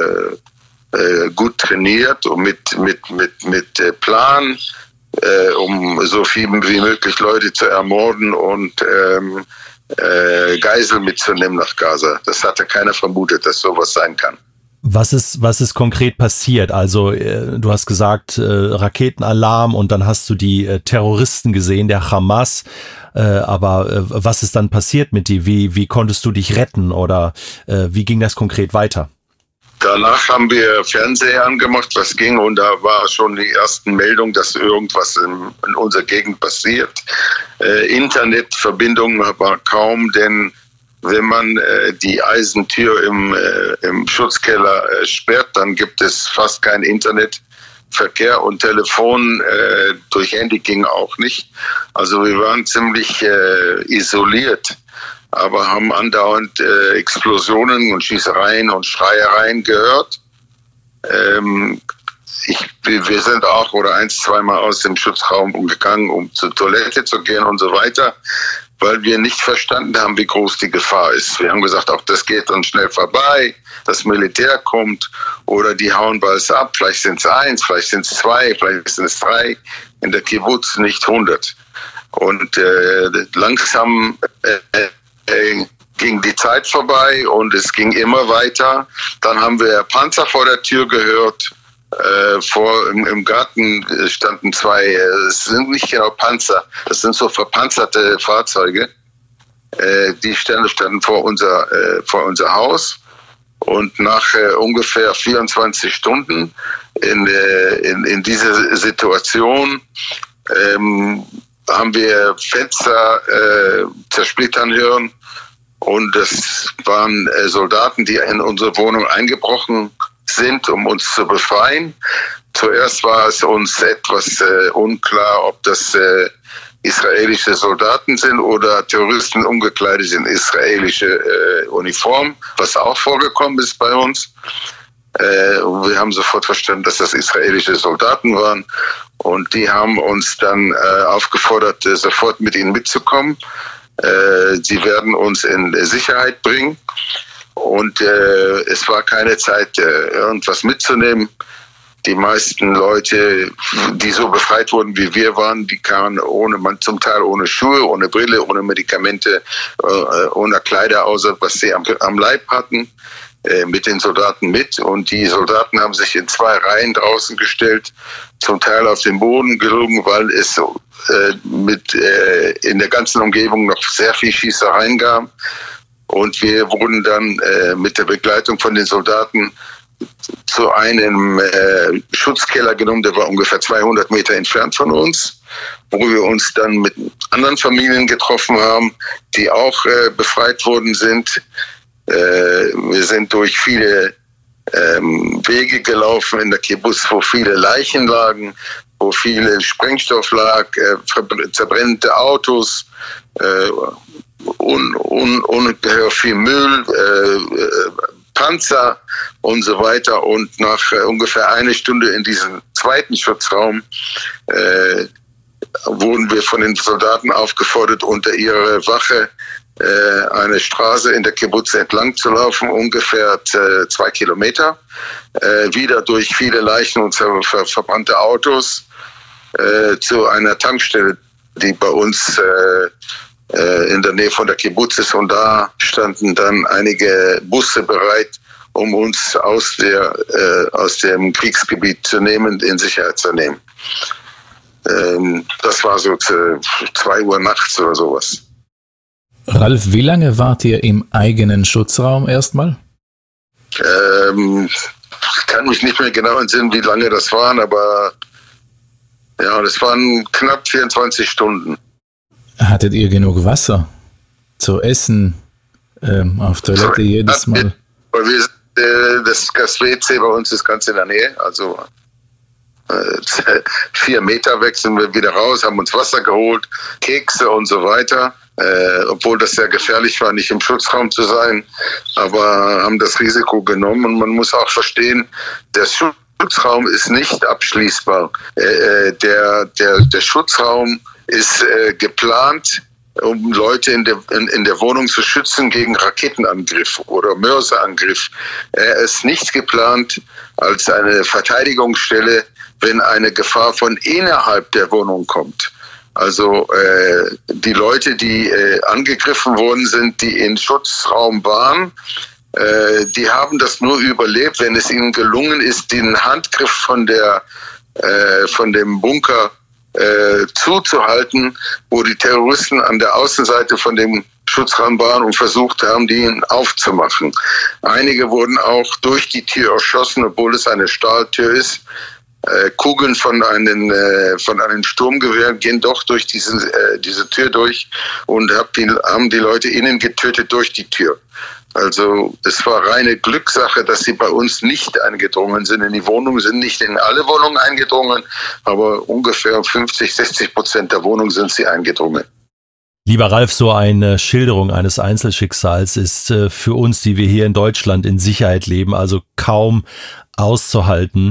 gut trainiert und mit Plan, um so viel wie möglich Leute zu ermorden und Geiseln mitzunehmen nach Gaza. Das hatte keiner vermutet, dass sowas sein kann. Was ist konkret passiert? Also du hast gesagt, Raketenalarm und dann hast du die Terroristen gesehen, der Hamas. Aber was ist dann passiert mit dir? Wie konntest du dich retten oder wie ging das konkret weiter? Danach haben wir Fernseher angemacht, was ging, und da war schon die ersten Meldungen, dass irgendwas in unserer Gegend passiert. Internetverbindung war kaum, denn wenn man die Eisentür im Schutzkeller sperrt, dann gibt es fast kein Internetverkehr und Telefon durch Handy ging auch nicht. Also wir waren ziemlich isoliert, aber haben andauernd Explosionen und Schießereien und Schreiereien gehört. Wir sind auch 1-2 Mal aus dem Schutzraum gegangen, um zur Toilette zu gehen und so weiter, weil wir nicht verstanden haben, wie groß die Gefahr ist. Wir haben gesagt, auch das geht dann schnell vorbei, das Militär kommt oder die hauen bald ab, vielleicht sind es 1, vielleicht sind es 2, vielleicht sind es 3, in der Kibbutz nicht 100. Und langsam ging die Zeit vorbei und es ging immer weiter. Dann haben wir Panzer vor der Tür gehört. Im Garten standen 2, es sind nicht genau Panzer, das sind so verpanzerte Fahrzeuge. Die standen vor unser Haus. Und nach ungefähr 24 Stunden in dieser Situation haben wir Fenster zersplittern hören. Und das waren Soldaten, die in unsere Wohnung eingebrochen sind, um uns zu befreien. Zuerst war es uns etwas unklar, ob das israelische Soldaten sind oder Terroristen umgekleidet in israelische Uniform, was auch vorgekommen ist bei uns. Wir haben sofort verstanden, dass das israelische Soldaten waren und die haben uns dann aufgefordert, sofort mit ihnen mitzukommen. Sie werden uns in Sicherheit bringen. Und es war keine Zeit, irgendwas mitzunehmen. Die meisten Leute, die so befreit wurden, wie wir waren, die kamen zum Teil ohne Schuhe, ohne Brille, ohne Medikamente, ohne Kleider, außer was sie am Leib hatten, mit den Soldaten mit. Und die Soldaten haben sich in 2 Reihen draußen gestellt, zum Teil auf den Boden gelegen, weil es in der ganzen Umgebung noch sehr viel Schießereien gab. Und wir wurden dann mit der Begleitung von den Soldaten zu einem Schutzkeller genommen, der war ungefähr 200 Meter entfernt von uns, wo wir uns dann mit anderen Familien getroffen haben, die auch befreit worden sind. Wir sind durch viele Wege gelaufen in der Kibbutz, wo viele Leichen lagen, wo viel Sprengstoff lag, zerbrennende Autos, ungeheuer viel Müll, Panzer und so weiter. Und nach ungefähr 1 Stunde in diesem zweiten Schutzraum wurden wir von den Soldaten aufgefordert, unter ihrer Wache eine Straße in der Kibbutz entlang zu laufen, ungefähr 2 Kilometer, wieder durch viele Leichen und verbrannte Autos zu einer Tankstelle, die bei uns in der Nähe von der Kibbutz ist, und da standen dann einige Busse bereit, um uns aus dem Kriegsgebiet zu nehmen, in Sicherheit zu nehmen. Das war so 2 Uhr nachts oder sowas. Ralf, wie lange wart ihr im eigenen Schutzraum erstmal? Ich kann mich nicht mehr genau entsinnen, wie lange das waren, aber ja, das waren knapp 24 Stunden. Hattet ihr genug Wasser zu essen, auf Toilette jedes Mal? Weil das WC bei uns ist ganz in der Nähe, also 4 Meter weg sind wir wieder raus, haben uns Wasser geholt, Kekse und so weiter. Obwohl das sehr gefährlich war, nicht im Schutzraum zu sein, aber haben das Risiko genommen. Und man muss auch verstehen, der Schutzraum ist nicht abschließbar. Der Schutzraum ist geplant, um Leute in der Wohnung zu schützen gegen Raketenangriff oder Mörserangriff. Er ist nicht geplant als eine Verteidigungsstelle, wenn eine Gefahr von innerhalb der Wohnung kommt. Also die Leute, die angegriffen worden sind, die im Schutzraum waren, die haben das nur überlebt, wenn es ihnen gelungen ist, den Handgriff von dem Bunker zuzuhalten, wo die Terroristen an der Außenseite von dem Schutzraum waren und versucht haben, den aufzumachen. Einige wurden auch durch die Tür erschossen, obwohl es eine Stahltür ist. Kugeln von einem Sturmgewehr gehen doch durch diese Tür durch und haben die Leute innen getötet durch die Tür. Also es war reine Glückssache, dass sie bei uns nicht eingedrungen sind. In die Wohnungen sind nicht in alle Wohnungen eingedrungen, aber ungefähr 50-60% der Wohnungen sind sie eingedrungen. Lieber Ralf, so eine Schilderung eines Einzelschicksals ist für uns, die wir hier in Deutschland in Sicherheit leben, also kaum auszuhalten.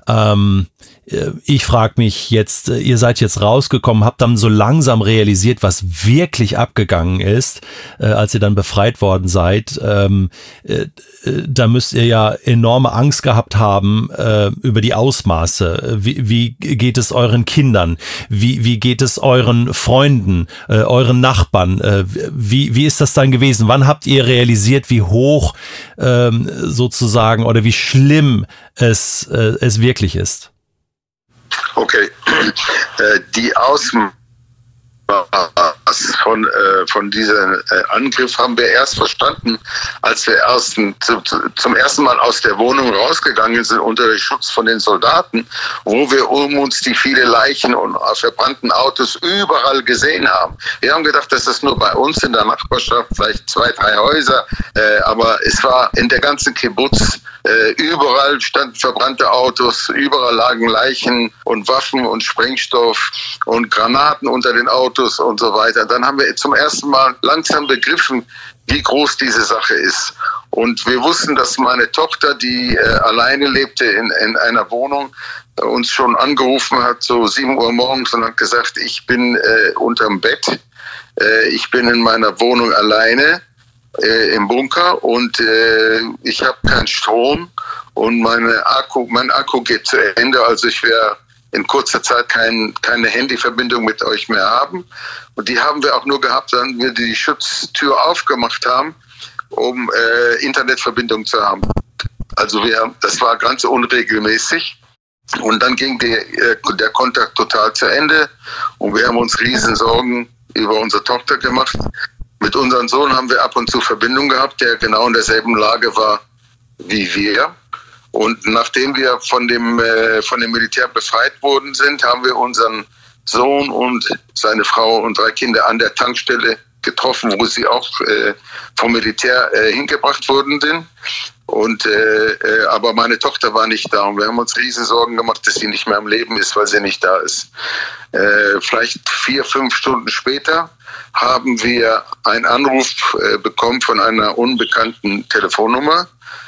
Ich frage mich jetzt, ihr seid jetzt rausgekommen, habt dann so langsam realisiert, was wirklich abgegangen ist, als ihr dann befreit worden seid. Da müsst ihr ja enorme Angst gehabt haben über die Ausmaße. Wie geht es euren Kindern? Wie geht es euren Freunden, euren Nachbarn? Wie ist das dann gewesen? Wann habt ihr realisiert, wie hoch sozusagen oder wie schlimm es wirklich ist? Okay, die Ausmaß von diesem Angriff haben wir erst verstanden, als wir zum ersten Mal aus der Wohnung rausgegangen sind unter dem Schutz von den Soldaten, wo wir um uns die vielen Leichen und verbrannten Autos überall gesehen haben. Wir haben gedacht, das ist nur bei uns in der Nachbarschaft, vielleicht 2, 3 Häuser, aber es war in der ganzen Kibbutz. Überall standen verbrannte Autos, überall lagen Leichen und Waffen und Sprengstoff und Granaten unter den Autos und so weiter. Dann haben wir zum ersten Mal langsam begriffen, wie groß diese Sache ist. Und wir wussten, dass meine Tochter, die alleine lebte in einer Wohnung, uns schon angerufen hat, so 7 Uhr morgens und hat gesagt, ich bin unterm Bett, ich bin in meiner Wohnung alleine. Im Bunker und ich habe keinen Strom und mein Akku geht zu Ende, also ich werde in kurzer Zeit keine Handyverbindung mit euch mehr haben. Und die haben wir auch nur gehabt, wenn wir die Schutztür aufgemacht haben, um Internetverbindung zu haben. Also das war ganz unregelmäßig. Und dann ging der Kontakt total zu Ende und wir haben uns riesen Sorgen über unsere Tochter gemacht. Mit unserem Sohn haben wir ab und zu Verbindung gehabt, der genau in derselben Lage war wie wir. Und nachdem wir von dem Militär befreit worden sind, haben wir unseren Sohn und seine Frau und 3 Kinder an der Tankstelle getroffen, wo sie auch vom Militär hingebracht worden sind. Und aber meine Tochter war nicht da und wir haben uns riesen Sorgen gemacht, dass sie nicht mehr am Leben ist, weil sie nicht da ist. Vielleicht 4, 5 Stunden später haben wir einen Anruf bekommen von einer unbekannten Telefonnummer.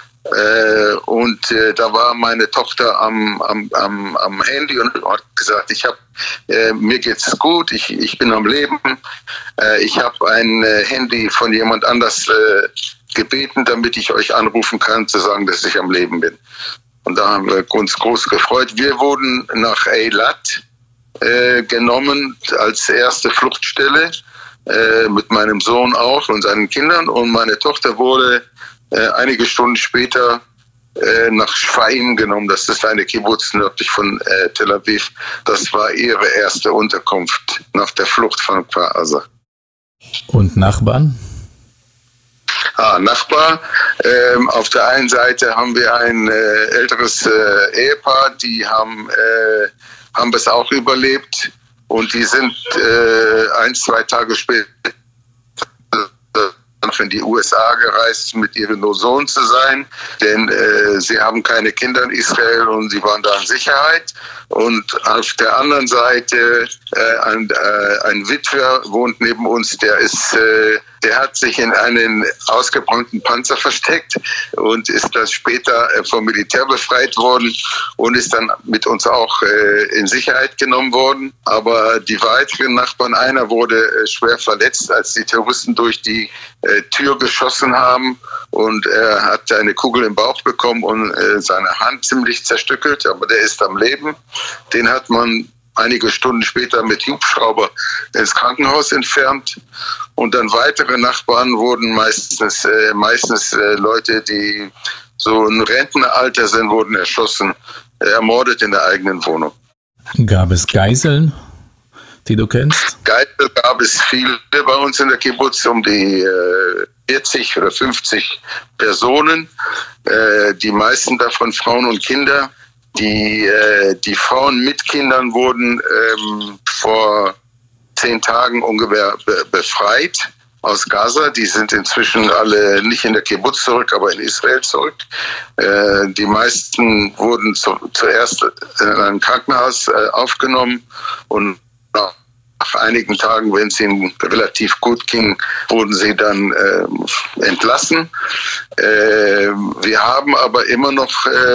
Und da war meine Tochter am Handy und hat gesagt, mir geht's gut, ich bin am Leben. Ich habe ein Handy von jemand anders gebeten, damit ich euch anrufen kann, zu sagen, dass ich am Leben bin. Und da haben wir uns groß gefreut. Wir wurden nach Eilat genommen als erste Fluchtstelle, mit meinem Sohn auch und seinen Kindern. Und meine Tochter wurde einige Stunden später nach Shfaim genommen. Das ist eine Kibbutz nördlich von Tel Aviv. Das war ihre erste Unterkunft nach der Flucht von Kfar Aza. Und Nachbarn? Nachbar. Auf der einen Seite haben wir ein älteres Ehepaar, die haben es auch überlebt und die sind 1-2 Tage später in die USA gereist, mit ihrem Sohn zu sein, denn sie haben keine Kinder in Israel und sie waren da in Sicherheit. Und auf der anderen Seite ein Witwer wohnt neben uns, der hat sich in einen ausgebrannten Panzer versteckt und ist dann später vom Militär befreit worden und ist dann mit uns auch in Sicherheit genommen worden. Aber die weiteren Nachbarn, einer wurde schwer verletzt, als die Terroristen durch die Tür geschossen haben und er hat eine Kugel im Bauch bekommen und seine Hand ziemlich zerstückelt, aber der ist am Leben. Den hat man einige Stunden später mit Hubschrauber ins Krankenhaus entfernt. Und dann weitere Nachbarn wurden meistens Leute, die so im Rentenalter sind, wurden erschossen, ermordet in der eigenen Wohnung. Gab es Geiseln, die du kennst? Geisel gab es viele bei uns in der Kibbutz, um die 40 oder 50 Personen. Die meisten davon Frauen und Kinder. Die Frauen mit Kindern wurden vor 10 Tagen ungefähr befreit aus Gaza. Die sind inzwischen alle nicht in der Kibbutz zurück, aber in Israel zurück. Die meisten wurden zuerst in einem Krankenhaus aufgenommen und nach einigen Tagen, wenn es ihnen relativ gut ging, wurden sie dann entlassen. Wir haben aber immer noch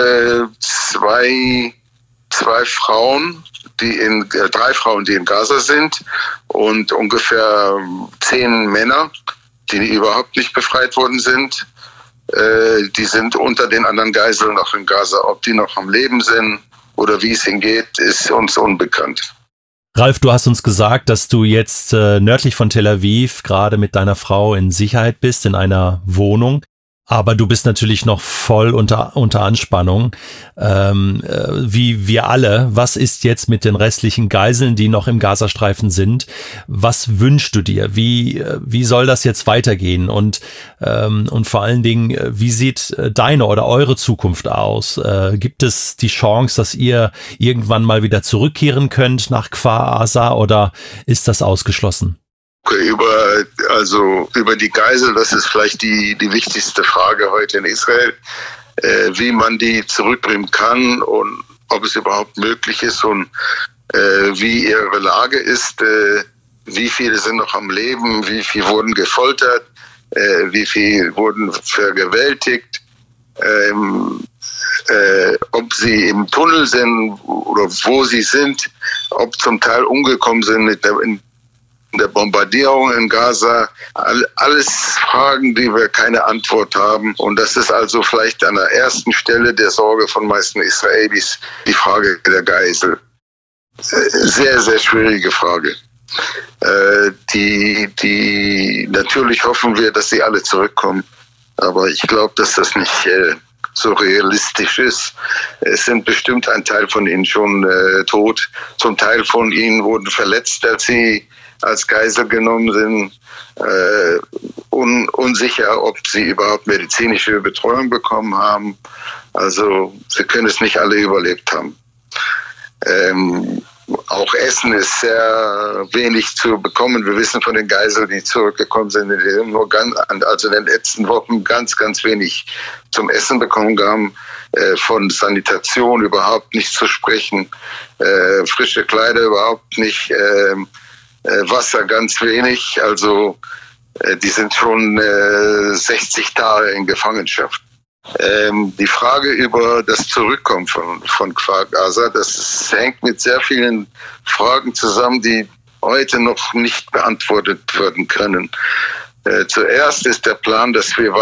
drei Frauen, drei Frauen, die in Gaza sind und ungefähr 10 Männer, die überhaupt nicht befreit worden sind. Die sind unter den anderen Geiseln noch in Gaza. Ob die noch am Leben sind oder wie es ihnen geht, ist uns unbekannt. Ralf, du hast uns gesagt, dass du jetzt nördlich von Tel Aviv gerade mit deiner Frau in Sicherheit bist, in einer Wohnung. Aber du bist natürlich noch voll unter Anspannung, wie wir alle. Was ist jetzt mit den restlichen Geiseln, die noch im Gazastreifen sind? Was wünschst du dir? Wie soll das jetzt weitergehen? Und vor allen Dingen, wie sieht deine oder eure Zukunft aus? Gibt es die Chance, dass ihr irgendwann mal wieder zurückkehren könnt nach Kfar Aza oder ist das ausgeschlossen? Über die Geisel, das ist vielleicht die wichtigste Frage heute in Israel, wie man die zurückbringen kann und ob es überhaupt möglich ist und wie ihre Lage ist, wie viele sind noch am Leben, wie viele wurden gefoltert, wie viele wurden vergewaltigt, ob sie im Tunnel sind oder wo sie sind, ob zum Teil umgekommen sind in der Bombardierung in Gaza, alles Fragen, die wir keine Antwort haben. Und das ist also vielleicht an der ersten Stelle der Sorge von meisten Israelis, die Frage der Geisel. Sehr, sehr schwierige Frage. Natürlich hoffen wir, dass sie alle zurückkommen, aber ich glaube, dass das nicht so realistisch ist. Es sind bestimmt ein Teil von ihnen schon tot. Zum Teil von ihnen wurden verletzt, als sie als Geisel genommen sind, unsicher, ob sie überhaupt medizinische Betreuung bekommen haben. Also sie können es nicht alle überlebt haben. Auch Essen ist sehr wenig zu bekommen. Wir wissen von den Geiseln, die zurückgekommen sind, die nur in den letzten Wochen ganz, ganz wenig zum Essen bekommen haben. Von Sanitation überhaupt nicht zu sprechen, frische Kleider überhaupt nicht, Wasser ganz wenig, also die sind schon 60 Tage in Gefangenschaft. Die Frage über das Zurückkommen von Kfar Aza, das hängt mit sehr vielen Fragen zusammen, die heute noch nicht beantwortet werden können. Zuerst ist der Plan, dass wir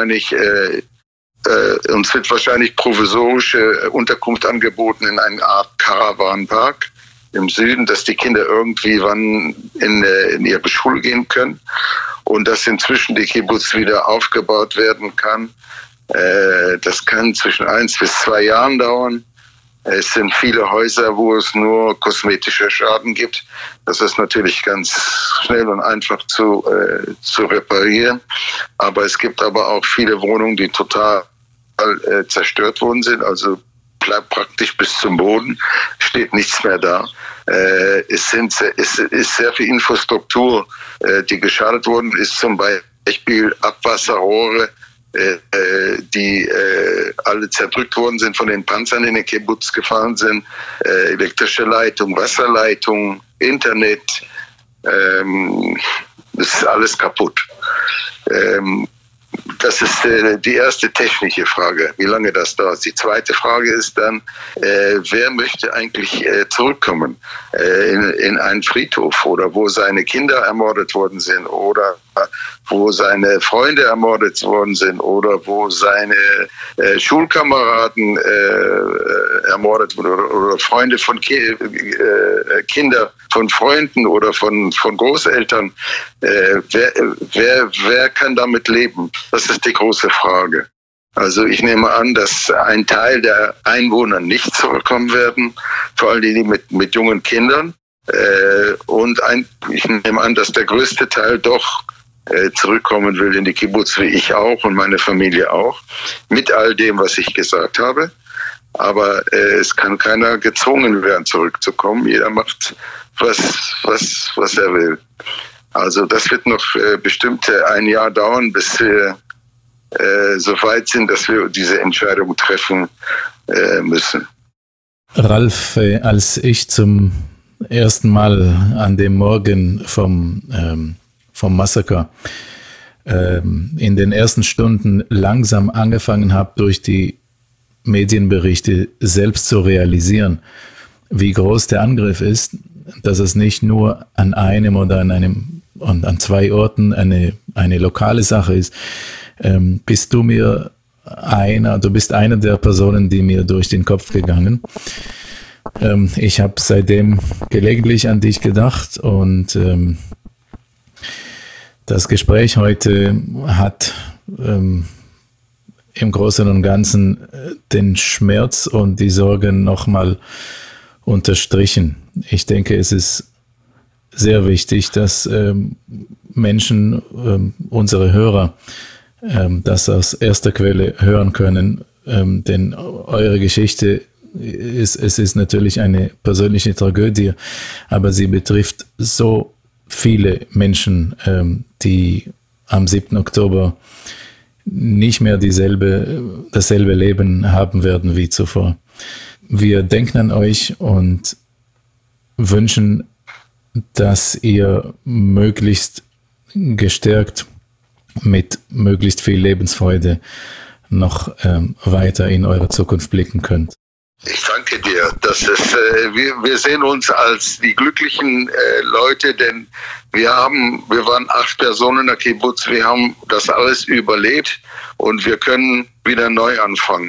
uns wird wahrscheinlich provisorische Unterkunft angeboten in einer Art Karawanenpark im Süden, dass die Kinder irgendwie in ihre Schule gehen können und dass inzwischen die Kibbutz wieder aufgebaut werden kann. Das kann zwischen 1 bis 2 Jahren dauern. Es sind viele Häuser, wo es nur kosmetischer Schaden gibt. Das ist natürlich ganz schnell und einfach zu reparieren. Aber es gibt aber auch viele Wohnungen, die total zerstört worden sind. Also bleibt praktisch bis zum Boden, steht nichts mehr da. Es ist sehr viel Infrastruktur, die geschadet worden ist, zum Beispiel Abwasserrohre, die alle zerdrückt worden sind von den Panzern in den Kibbutz gefallen sind, elektrische Leitung, Wasserleitung, Internet, das ist alles kaputt. Das ist die erste technische Frage, wie lange das dauert. Die zweite Frage ist dann, wer möchte eigentlich zurückkommen in einen Friedhof oder wo seine Kinder ermordet worden sind oder wo seine Freunde ermordet worden sind oder wo seine Schulkameraden ermordet wurden oder Freunde von Kinder von Freunden oder von Großeltern. Wer kann damit leben? Das ist die große Frage. Also ich nehme an, dass ein Teil der Einwohner nicht zurückkommen werden, vor allem die mit jungen Kindern. Und ich nehme an, dass der größte Teil doch zurückkommen will in die Kibbutz, wie ich auch und meine Familie auch, mit all dem, was ich gesagt habe. Aber es kann keiner gezwungen werden, zurückzukommen. Jeder macht, was er will. Also das wird noch bestimmt 1 Jahr dauern, bis wir so weit sind, dass wir diese Entscheidung treffen müssen. Ralf, als ich zum ersten Mal an dem Morgen vom Massaker in den ersten Stunden langsam angefangen habe, durch die Medienberichte selbst zu realisieren, wie groß der Angriff ist, dass es nicht nur an einem oder an 2 Orten eine lokale Sache ist, bist du bist einer der Personen, die mir durch den Kopf gegangen. Ich habe seitdem gelegentlich an dich gedacht und das Gespräch heute hat im Großen und Ganzen den Schmerz und die Sorgen nochmal unterstrichen. Ich denke, es ist sehr wichtig, dass Menschen, unsere Hörer, das aus erster Quelle hören können, denn eure Geschichte ist natürlich eine persönliche Tragödie, aber sie betrifft so viele Menschen, die am 7. Oktober nicht mehr dasselbe Leben haben werden wie zuvor. Wir denken an euch und wünschen, dass ihr möglichst gestärkt mit möglichst viel Lebensfreude noch weiter in eure Zukunft blicken könnt. Ich danke dir. Wir sehen uns als die glücklichen Leute, denn wir waren 8 Personen in der Kibbutz, wir haben das alles überlebt und wir können wieder neu anfangen.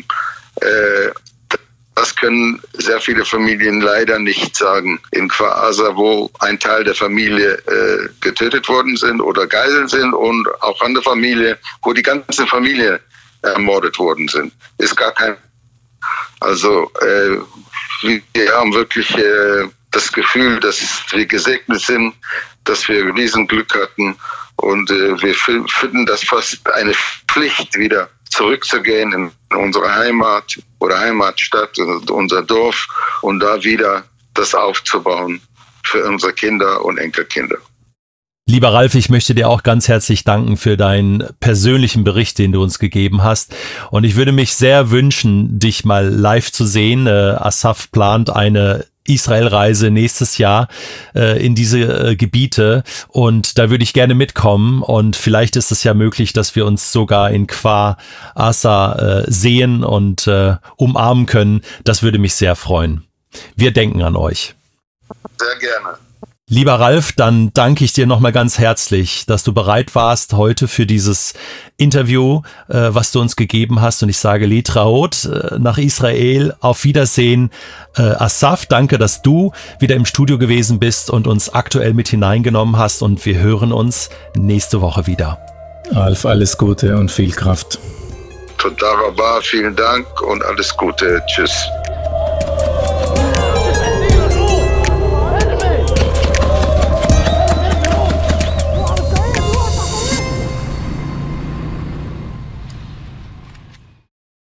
Das können sehr viele Familien leider nicht sagen. In Kfar Aza, wo ein Teil der Familie getötet worden sind oder Geiseln sind und auch andere Familien, wo die ganze Familie ermordet worden sind, ist gar kein. Also wir haben wirklich das Gefühl, dass wir gesegnet sind, dass wir riesen Glück hatten und wir finden das fast eine Pflicht, wieder zurückzugehen in unsere Heimat oder Heimatstadt, unser Dorf und da wieder das aufzubauen für unsere Kinder und Enkelkinder. Lieber Ralf, ich möchte dir auch ganz herzlich danken für deinen persönlichen Bericht, den du uns gegeben hast. Und ich würde mich sehr wünschen, dich mal live zu sehen. Asaf plant eine Israel-Reise nächstes Jahr in diese Gebiete und da würde ich gerne mitkommen und vielleicht ist es ja möglich, dass wir uns sogar in Kfar Aza sehen und umarmen können. Das würde mich sehr freuen. Wir denken an euch. Sehr gerne. Lieber Ralf, dann danke ich dir nochmal ganz herzlich, dass du bereit warst heute für dieses Interview, was du uns gegeben hast. Und ich sage Litraot nach Israel, auf Wiedersehen. Asaf, danke, dass du wieder im Studio gewesen bist und uns aktuell mit hineingenommen hast. Und wir hören uns nächste Woche wieder. Ralf, alles Gute und viel Kraft. Toda Rabba, vielen Dank und alles Gute. Tschüss.